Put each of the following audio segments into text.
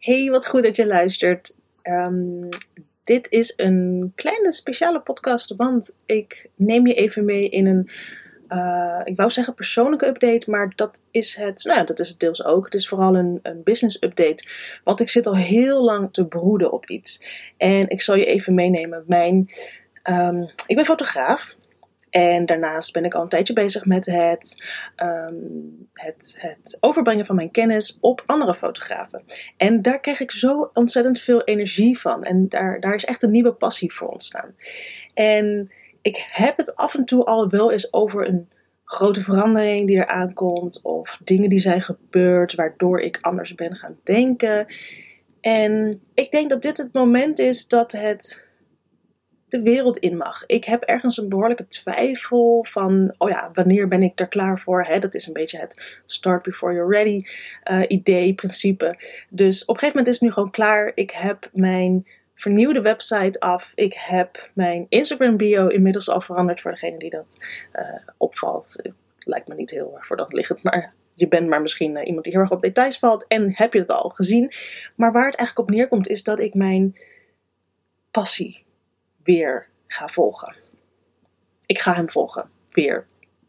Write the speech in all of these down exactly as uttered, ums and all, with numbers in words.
Hey, wat goed dat je luistert. Um, dit is een kleine speciale podcast, want ik neem je even mee in een, uh, ik wou zeggen persoonlijke update, maar dat is het, nou ja, dat is het deels ook. Het is vooral een, een business update, want ik zit al heel lang te broeden op iets. En ik zal je even meenemen. Mijn, um, ik ben fotograaf. En daarnaast ben ik al een tijdje bezig met het, um, het, het overbrengen van mijn kennis op andere fotografen. En daar krijg ik zo ontzettend veel energie van. En daar, daar is echt een nieuwe passie voor ontstaan. En ik heb het af en toe al wel eens over een grote verandering die er aankomt. Of dingen die zijn gebeurd waardoor ik anders ben gaan denken. En ik denk dat dit het moment is dat het de wereld in mag. Ik heb ergens een behoorlijke twijfel van, oh ja, wanneer ben ik er klaar voor? Hè? Dat is een beetje het start before you're ready uh, idee, principe. Dus op een gegeven moment is het nu gewoon klaar. Ik heb mijn vernieuwde website af. Ik heb mijn Instagram bio inmiddels al veranderd voor degene die dat uh, opvalt. Lijkt me niet heel voor dat liggend, maar je bent maar misschien uh, iemand die heel erg op details valt en heb je het al gezien. Maar waar het eigenlijk op neerkomt is dat ik mijn passie weer ga volgen. Ik ga hem volgen, weer.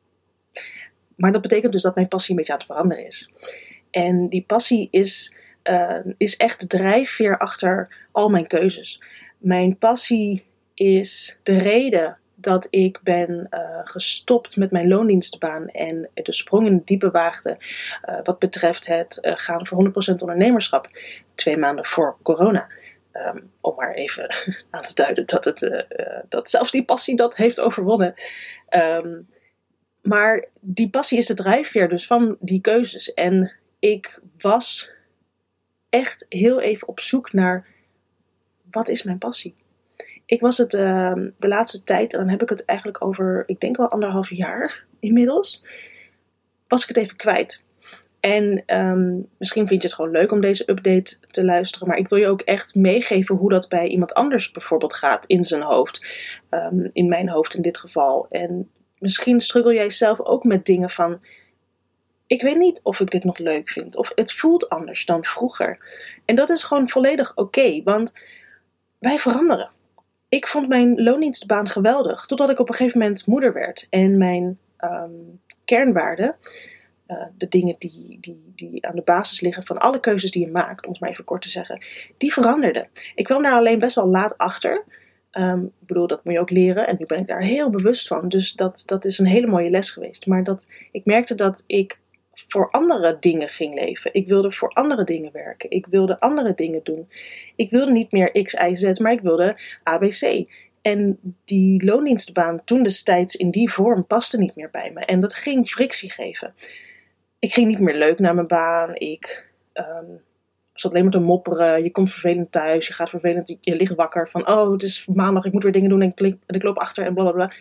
Maar dat betekent dus dat mijn passie een beetje aan het veranderen is. En die passie is, uh, is echt de drijfveer achter al mijn keuzes. Mijn passie is de reden dat ik ben uh, gestopt met mijn loondienstbaan en de sprong in het diepe waagde uh, wat betreft het uh, gaan voor honderd procent ondernemerschap. Twee maanden voor corona. Um, om maar even aan te duiden dat, het, uh, uh, dat zelfs die passie dat heeft overwonnen. Um, maar die passie is de drijfveer dus van die keuzes. En ik was echt heel even op zoek naar, wat is mijn passie? Ik was het uh, de laatste tijd, en dan heb ik het eigenlijk over, ik denk wel anderhalf jaar inmiddels, was ik het even kwijt. En um, misschien vind je het gewoon leuk om deze update te luisteren. Maar ik wil je ook echt meegeven hoe dat bij iemand anders bijvoorbeeld gaat in zijn hoofd. Um, in mijn hoofd in dit geval. En misschien struggle jij zelf ook met dingen van, ik weet niet of ik dit nog leuk vind. Of het voelt anders dan vroeger. En dat is gewoon volledig oké. Okay, want wij veranderen. Ik vond mijn loondienstbaan geweldig. Totdat ik op een gegeven moment moeder werd. En mijn um, kernwaarden, Uh, de dingen die, die, die aan de basis liggen van alle keuzes die je maakt, om het maar even kort te zeggen, die veranderden. Ik kwam daar alleen best wel laat achter. Um, ik bedoel, dat moet je ook leren en nu ben ik daar heel bewust van. Dus dat, dat is een hele mooie les geweest. Maar dat, ik merkte dat ik voor andere dingen ging leven. Ik wilde voor andere dingen werken. Ik wilde andere dingen doen. Ik wilde niet meer X, Y, Z, maar ik wilde A B C. En die loondienstbaan toen destijds in die vorm paste niet meer bij me. En dat ging frictie geven. Ik ging niet meer leuk naar mijn baan. Ik um, zat alleen maar te mopperen. Je komt vervelend thuis. Je gaat vervelend. Je ligt wakker van, oh, het is maandag. Ik moet weer dingen doen. En ik, en ik loop achter en blablabla.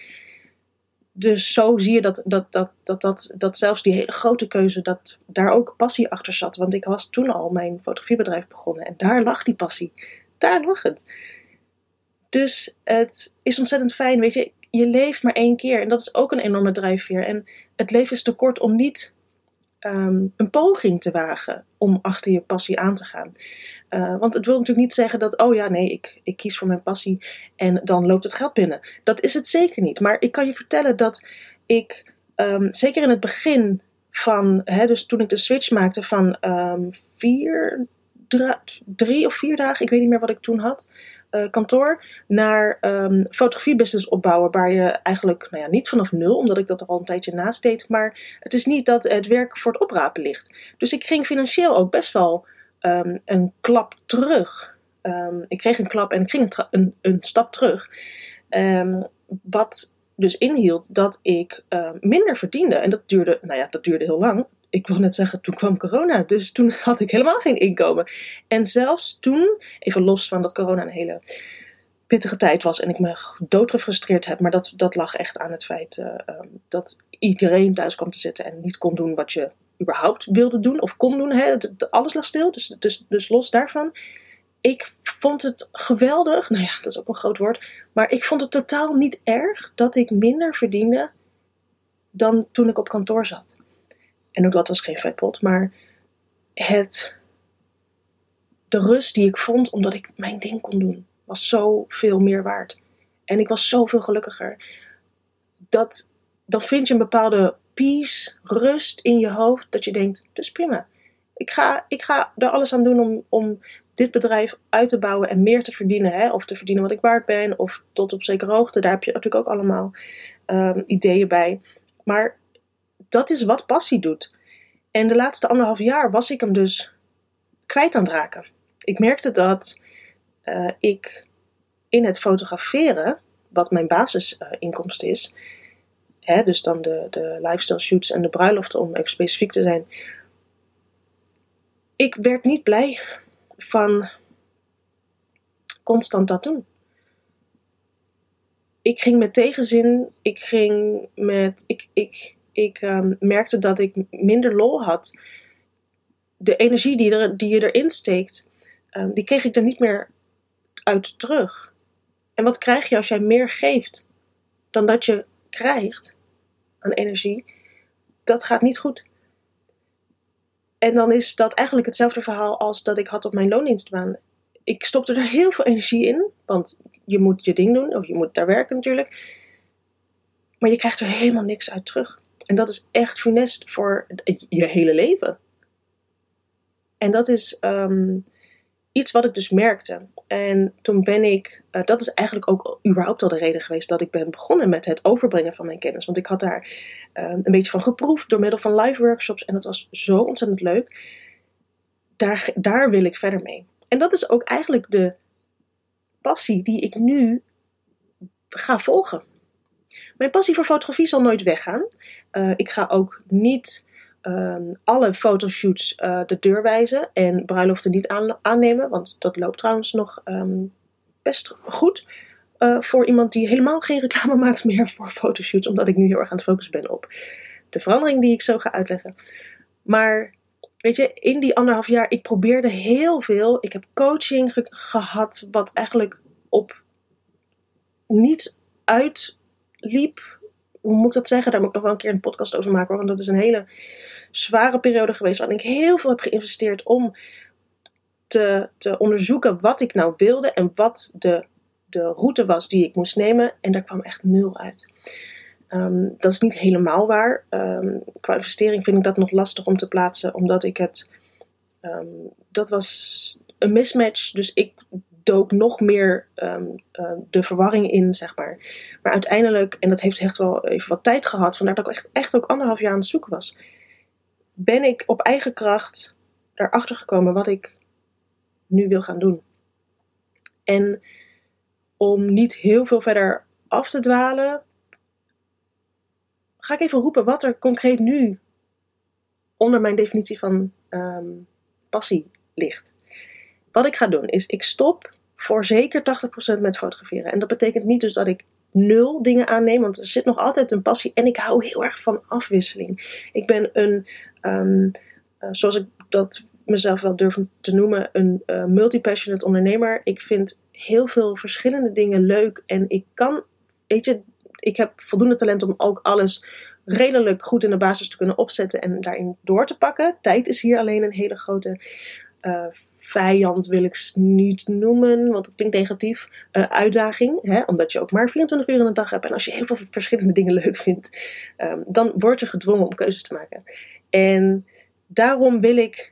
Dus zo zie je dat, dat, dat, dat, dat, dat zelfs die hele grote keuze, dat daar ook passie achter zat. Want ik was toen al mijn fotografiebedrijf begonnen. En daar lag die passie. Daar lag het. Dus het is ontzettend fijn. Weet je, je leeft maar één keer. En dat is ook een enorme drijfveer. En het leven is te kort om niet Um, een poging te wagen om achter je passie aan te gaan. Uh, want het wil natuurlijk niet zeggen dat, oh ja, nee, ik, ik kies voor mijn passie en dan loopt het geld binnen. Dat is het zeker niet. Maar ik kan je vertellen dat ik, um, zeker in het begin van, hè, dus toen ik de switch maakte van um, vier, dra- drie of vier dagen, ik weet niet meer wat ik toen had, Uh, kantoor, naar um, fotografiebusiness opbouwen, waar je eigenlijk, nou ja, niet vanaf nul, omdat ik dat er al een tijdje naast deed, maar het is niet dat het werk voor het oprapen ligt. Dus ik ging financieel ook best wel um, een klap terug. Um, ik kreeg een klap en ik ging een, tra- een, een stap terug. Um, wat dus inhield dat ik uh, minder verdiende. En dat duurde, nou ja, dat duurde heel lang. Ik wil net zeggen, toen kwam corona. Dus toen had ik helemaal geen inkomen. En zelfs toen, even los van dat corona een hele pittige tijd was en ik me doodgefrustreerd heb. Maar dat, dat lag echt aan het feit uh, um, dat iedereen thuis kwam te zitten en niet kon doen wat je überhaupt wilde doen. Of kon doen. Hè? Het, alles lag stil, dus, dus, dus los daarvan. Ik vond het geweldig. Nou ja, dat is ook een groot woord. Maar ik vond het totaal niet erg dat ik minder verdiende dan toen ik op kantoor zat. En ook dat was geen vetpot, maar het de rust die ik vond omdat ik mijn ding kon doen, was zoveel meer waard. En ik was zoveel gelukkiger. Dat, dan vind je een bepaalde peace, rust in je hoofd, dat je denkt, het is prima. Ik ga, ik ga er alles aan doen om, om dit bedrijf uit te bouwen en meer te verdienen. Hè? Of te verdienen wat ik waard ben, of tot op zekere hoogte. Daar heb je natuurlijk ook allemaal um, ideeën bij. Maar dat is wat passie doet. En de laatste anderhalf jaar was ik hem dus kwijt aan het raken. Ik merkte dat uh, ik in het fotograferen, wat mijn basisinkomst uh, is, hè, dus dan de, de lifestyle shoots en de bruiloften, om even specifiek te zijn, ik werd niet blij van constant dat doen. Ik ging met tegenzin, ik ging met, ik, ik, ik um, merkte dat ik minder lol had. De energie die, er, die je erin steekt, um, die kreeg ik er niet meer uit terug. En wat krijg je als jij meer geeft dan dat je krijgt aan energie? Dat gaat niet goed. En dan is dat eigenlijk hetzelfde verhaal als dat ik had op mijn loondienstbaan. Ik stopte er heel veel energie in, want je moet je ding doen, of je moet daar werken natuurlijk. Maar je krijgt er helemaal niks uit terug. En dat is echt funest voor je hele leven. En dat is um, iets wat ik dus merkte. En toen ben ik, uh, dat is eigenlijk ook überhaupt al de reden geweest dat ik ben begonnen met het overbrengen van mijn kennis. Want ik had daar uh, een beetje van geproefd door middel van live workshops. En dat was zo ontzettend leuk. Daar, daar wil ik verder mee. En dat is ook eigenlijk de passie die ik nu ga volgen. Mijn passie voor fotografie zal nooit weggaan. Uh, ik ga ook niet um, alle fotoshoots uh, de deur wijzen en bruiloften niet aan, aannemen. Want dat loopt trouwens nog um, best goed. Uh, voor iemand die helemaal geen reclame maakt meer voor fotoshoots. Omdat ik nu heel erg aan het focussen ben op de verandering die ik zo ga uitleggen. Maar weet je, in die anderhalf jaar, ik probeerde heel veel. Ik heb coaching ge- gehad wat eigenlijk op niets uitliep. Hoe moet ik dat zeggen? Daar moet ik nog wel een keer een podcast over maken. Want dat is een hele zware periode geweest waarin ik heel veel heb geïnvesteerd om te, te onderzoeken wat ik nou wilde en wat de, de route was die ik moest nemen. En daar kwam echt nul uit. Um, dat is niet helemaal waar. Um, qua investering vind ik dat nog lastig om te plaatsen, omdat ik het... Um, dat was een mismatch, dus ik dook nog meer um, uh, de verwarring in, zeg maar. Maar uiteindelijk, en dat heeft echt wel even wat tijd gehad, vandaar dat ik echt, echt ook anderhalf jaar aan het zoeken was, ben ik op eigen kracht erachter gekomen wat ik nu wil gaan doen. En om niet heel veel verder af te dwalen, ga ik even roepen wat er concreet nu onder mijn definitie van um, passie ligt. Wat ik ga doen is, ik stop voor zeker tachtig procent met fotograferen. En dat betekent niet dus dat ik nul dingen aanneem, want er zit nog altijd een passie. En ik hou heel erg van afwisseling. Ik ben een, um, uh, zoals ik dat mezelf wel durf te noemen, een uh, multi-passionate ondernemer. Ik vind heel veel verschillende dingen leuk. En ik kan, weet je, ik heb voldoende talent om ook alles redelijk goed in de basis te kunnen opzetten en daarin door te pakken. Tijd is hier alleen een hele grote uh, vijand, wil ik niet noemen, want dat klinkt negatief. Uh, uitdaging, hè? Omdat je ook maar vierentwintig uur in de dag hebt. En als je heel veel verschillende dingen leuk vindt, um, dan word je gedwongen om keuzes te maken. En daarom wil ik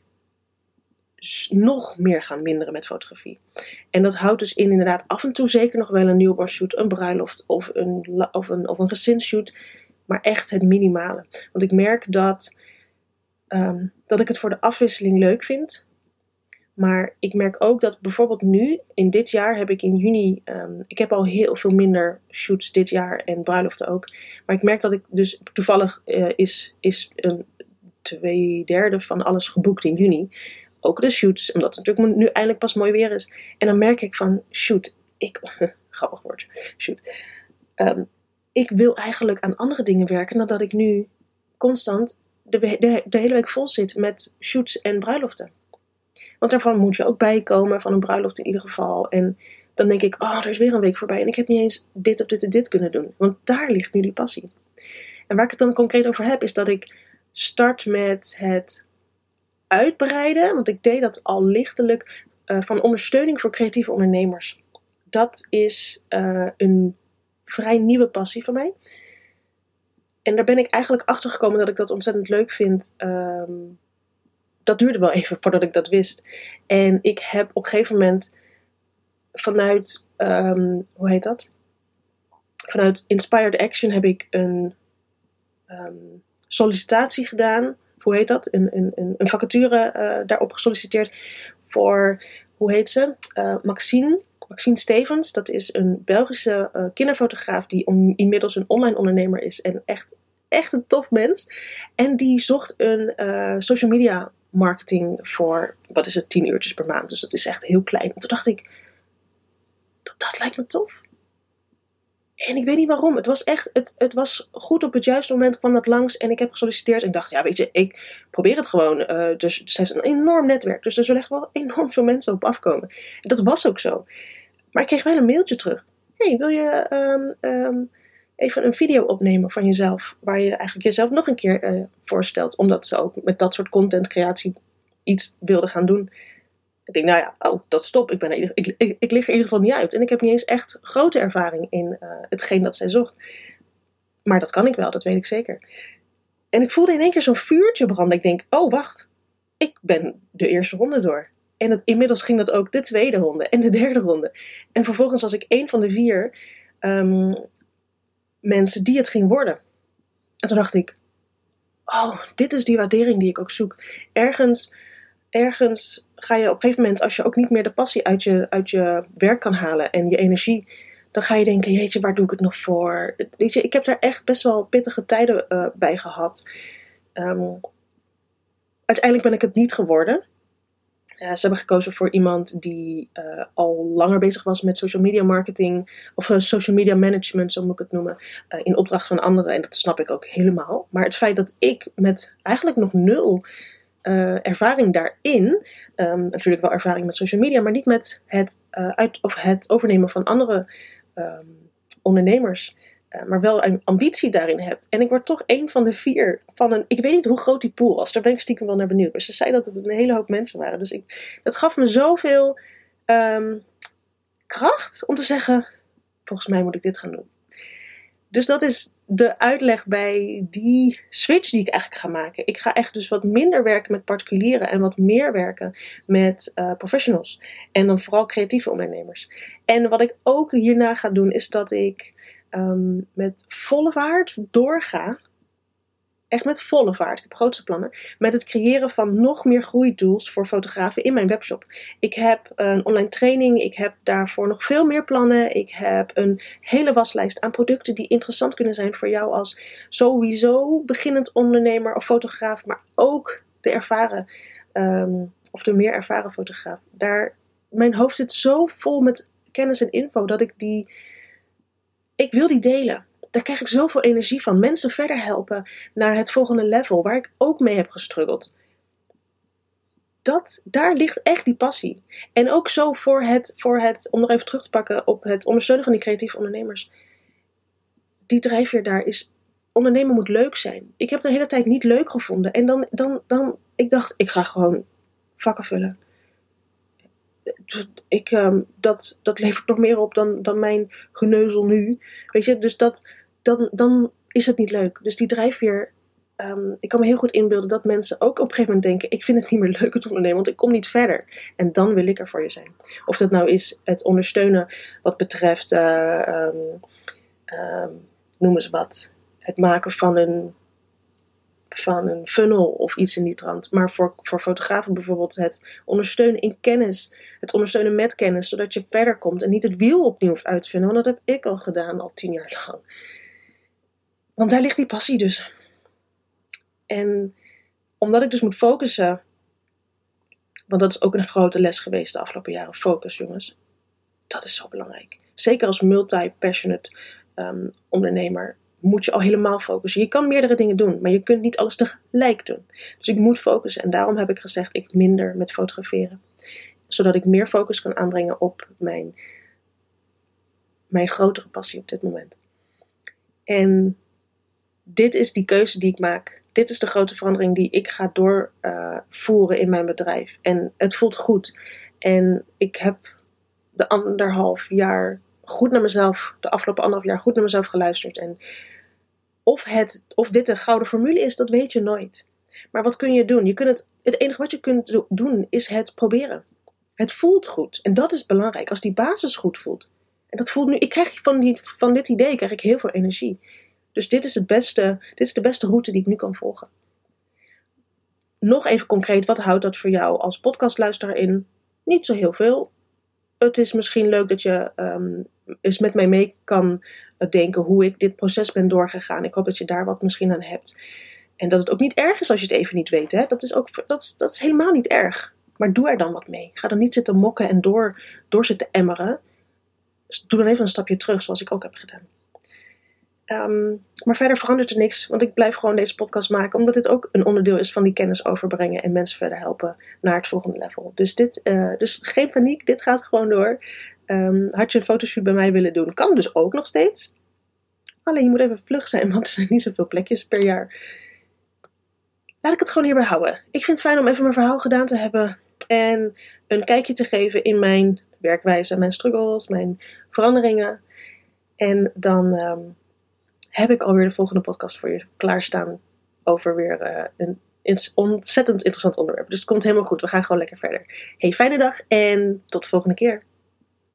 nog meer gaan minderen met fotografie. En dat houdt dus in inderdaad af en toe zeker nog wel een newborn shoot, een bruiloft of een, of een, of een gezinsshoot. Maar echt het minimale. Want ik merk dat, um, dat ik het voor de afwisseling leuk vind. Maar ik merk ook dat bijvoorbeeld nu, in dit jaar heb ik in juni, um, ik heb al heel veel minder shoots dit jaar en bruiloften ook. Maar ik merk dat ik dus toevallig uh, is, is een twee derde van alles geboekt in juni. Ook de shoots, omdat het natuurlijk nu eindelijk pas mooi weer is. En dan merk ik van, shoot, ik, grappig woord, shoot. Um, ik wil eigenlijk aan andere dingen werken dan dat ik nu constant de, de, de hele week vol zit met shoots en bruiloften. Want daarvan moet je ook bijkomen, van een bruiloft in ieder geval. En dan denk ik, oh, er is weer een week voorbij en ik heb niet eens dit of dit en dit kunnen doen. Want daar ligt nu die passie. En waar ik het dan concreet over heb, is dat ik start met het uitbreiden. Want ik deed dat al lichtelijk uh, van ondersteuning voor creatieve ondernemers. Dat is uh, een vrij nieuwe passie van mij. En daar ben ik eigenlijk achter gekomen dat ik dat ontzettend leuk vind. Um, dat duurde wel even voordat ik dat wist. En ik heb op een gegeven moment vanuit, um, hoe heet dat? Vanuit Inspired Action heb ik een um, sollicitatie gedaan. Hoe heet dat? Een, een, een vacature uh, daarop gesolliciteerd voor, hoe heet ze? Uh, Maxine. Maxine Stevens. Dat is een Belgische uh, kinderfotograaf die om, inmiddels een online ondernemer is. En echt, echt een tof mens. En die zocht een uh, social media marketing voor, wat is het, tien uurtjes per maand. Dus dat is echt heel klein. En toen dacht ik, dat, dat lijkt me tof. En ik weet niet waarom. Het was echt, het, het was goed op het juiste moment kwam dat langs. En ik heb gesolliciteerd. En ik dacht, ja weet je, ik probeer het gewoon. Uh, dus ze heeft een enorm netwerk. Dus er zullen echt wel enorm veel mensen op afkomen. En dat was ook zo. Maar ik kreeg wel een mailtje terug. Hey, wil je um, um, even een video opnemen van jezelf? Waar je eigenlijk jezelf nog een keer uh, voorstelt. Omdat ze ook met dat soort contentcreatie iets wilde gaan doen. Ik denk, nou ja, oh, dat stop. Ik, ben er, ik, ik, ik lig er in ieder geval niet uit. En ik heb niet eens echt grote ervaring in uh, hetgeen dat zij zocht. Maar dat kan ik wel, dat weet ik zeker. En ik voelde in één keer zo'n vuurtje branden. Ik denk, oh wacht, ik ben de eerste ronde door. En het, inmiddels ging dat ook de tweede ronde en de derde ronde. En vervolgens was ik één van de vier um, mensen die het ging worden. En toen dacht ik, oh, dit is die waardering die ik ook zoek. Ergens... Ergens ga je op een gegeven moment, als je ook niet meer de passie uit je, uit je werk kan halen en je energie, dan ga je denken, weet je, waar doe ik het nog voor? Weet je, ik heb daar echt best wel pittige tijden uh, bij gehad. Um, uiteindelijk ben ik het niet geworden. Uh, ze hebben gekozen voor iemand die uh, al langer bezig was met social media marketing, of uh, social media management, zo moet ik het noemen, uh, in opdracht van anderen. En dat snap ik ook helemaal. Maar het feit dat ik met eigenlijk nog nul Uh, ervaring daarin, um, natuurlijk wel ervaring met social media, maar niet met het, uh, uit, of het overnemen van andere um, ondernemers, uh, maar wel een ambitie daarin hebt. En ik word toch een van de vier van een, ik weet niet hoe groot die pool was, daar ben ik stiekem wel naar benieuwd. Maar ze zei dat het een hele hoop mensen waren. Dus ik, dat gaf me zoveel um, kracht om te zeggen, volgens mij moet ik dit gaan doen. Dus dat is de uitleg bij die switch die ik eigenlijk ga maken. Ik ga echt dus wat minder werken met particulieren en wat meer werken met uh, professionals. En dan vooral creatieve ondernemers. En wat ik ook hierna ga doen is dat ik um, met volle vaart doorga. Echt met volle vaart. Ik heb grootste plannen. Met het creëren van nog meer groeitools voor fotografen in mijn webshop. Ik heb een online training. Ik heb daarvoor nog veel meer plannen. Ik heb een hele waslijst aan producten die interessant kunnen zijn voor jou als sowieso beginnend ondernemer of fotograaf. Maar ook de ervaren um, of de meer ervaren fotograaf. Daar, mijn hoofd zit zo vol met kennis en info dat ik die... Ik wil die delen. Daar krijg ik zoveel energie van. Mensen verder helpen naar het volgende level. Waar ik ook mee heb gestruggeld. Dat, daar ligt echt die passie. En ook zo voor het, voor het, om nog even terug te pakken op het ondersteunen van die creatieve ondernemers. Die drijfveer daar is, ondernemen moet leuk zijn. Ik heb het de hele tijd niet leuk gevonden. En dan, dan, dan ik dacht, ik ga gewoon vakken vullen. Ik, um, dat, dat levert nog meer op dan, dan mijn geneuzel nu. Weet je, dus dat, dan, dan is het niet leuk. Dus die drijfveer, um, ik kan me heel goed inbeelden dat mensen ook op een gegeven moment denken, ik vind het niet meer leuk het ondernemen, want ik kom niet verder. En dan wil ik er voor je zijn. Of dat nou is het ondersteunen wat betreft, uh, um, um, noem eens wat, het maken van een... van een funnel of iets in die trant. Maar voor, voor fotografen bijvoorbeeld het ondersteunen in kennis. Het ondersteunen met kennis, zodat je verder komt en niet het wiel opnieuw hoeft uit te vinden. Want dat heb ik al gedaan, al tien jaar lang. Want daar ligt die passie dus. En omdat ik dus moet focussen, want dat is ook een grote les geweest de afgelopen jaren. Focus, jongens. Dat is zo belangrijk. Zeker als multi-passionate um, ondernemer moet je al helemaal focussen. Je kan meerdere dingen doen, maar je kunt niet alles tegelijk doen. Dus ik moet focussen. En daarom heb ik gezegd, ik minder met fotograferen. Zodat ik meer focus kan aanbrengen op mijn, mijn grotere passie op dit moment. En dit is die keuze die ik maak. Dit is de grote verandering die ik ga doorvoeren uh, in mijn bedrijf. En het voelt goed. En ik heb de anderhalf jaar goed naar mezelf, de afgelopen anderhalf jaar goed naar mezelf geluisterd. En of, het, of dit een gouden formule is, dat weet je nooit. Maar wat kun je doen? Je kunt het, het enige wat je kunt doen is het proberen. Het voelt goed. En dat is belangrijk. Als die basis goed voelt. En dat voelt nu, ik krijg van, die, van dit idee krijg ik heel veel energie. Dus dit is, het beste, dit is de beste route die ik nu kan volgen. Nog even concreet, wat houdt dat voor jou als podcastluisteraar in? Niet zo heel veel. Het is misschien leuk dat je um, eens met mij mee kan denken hoe ik dit proces ben doorgegaan. Ik hoop dat je daar wat misschien aan hebt. En dat het ook niet erg is als je het even niet weet. Hè? Dat, is ook, dat, dat is helemaal niet erg. Maar doe er dan wat mee. Ga dan niet zitten mokken en door, door zitten emmeren. Dus doe dan even een stapje terug, zoals ik ook heb gedaan. Um, maar verder verandert er niks. Want ik blijf gewoon deze podcast maken. Omdat dit ook een onderdeel is van die kennis overbrengen. En mensen verder helpen naar het volgende level. Dus, dit, uh, dus geen paniek. Dit gaat gewoon door. Um, had je een fotoshoot bij mij willen doen? Kan dus ook nog steeds. Alleen je moet even vlug zijn. Want er zijn niet zoveel plekjes per jaar. Laat ik het gewoon hierbij houden. Ik vind het fijn om even mijn verhaal gedaan te hebben. En een kijkje te geven in mijn werkwijze. Mijn struggles. Mijn veranderingen. En dan... Um, heb ik alweer de volgende podcast voor je klaarstaan over weer uh, een ins- ontzettend interessant onderwerp. Dus het komt helemaal goed. We gaan gewoon lekker verder. Hey, fijne dag en tot de volgende keer.